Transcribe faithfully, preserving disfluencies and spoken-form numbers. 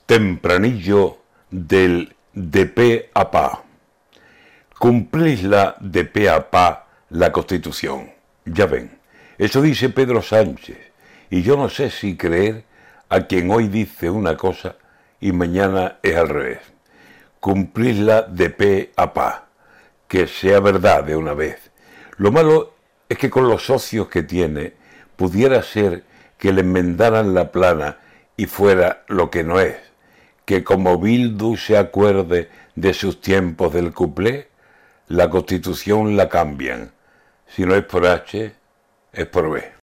Tempranillo del de pe a pa. Cumplísla de pe a pa la Constitución. Ya ven, eso dice Pedro Sánchez, y yo no sé si creer a quien hoy dice una cosa y mañana es al revés. Cumplísla de pe a pa, que sea verdad de una vez. Lo malo es que con los socios que tiene, pudiera ser que le enmendaran la plana y fuera lo que no es, que como Bildu se acuerde de sus tiempos del cuplé, la Constitución la cambian. Si no es por H, es por B.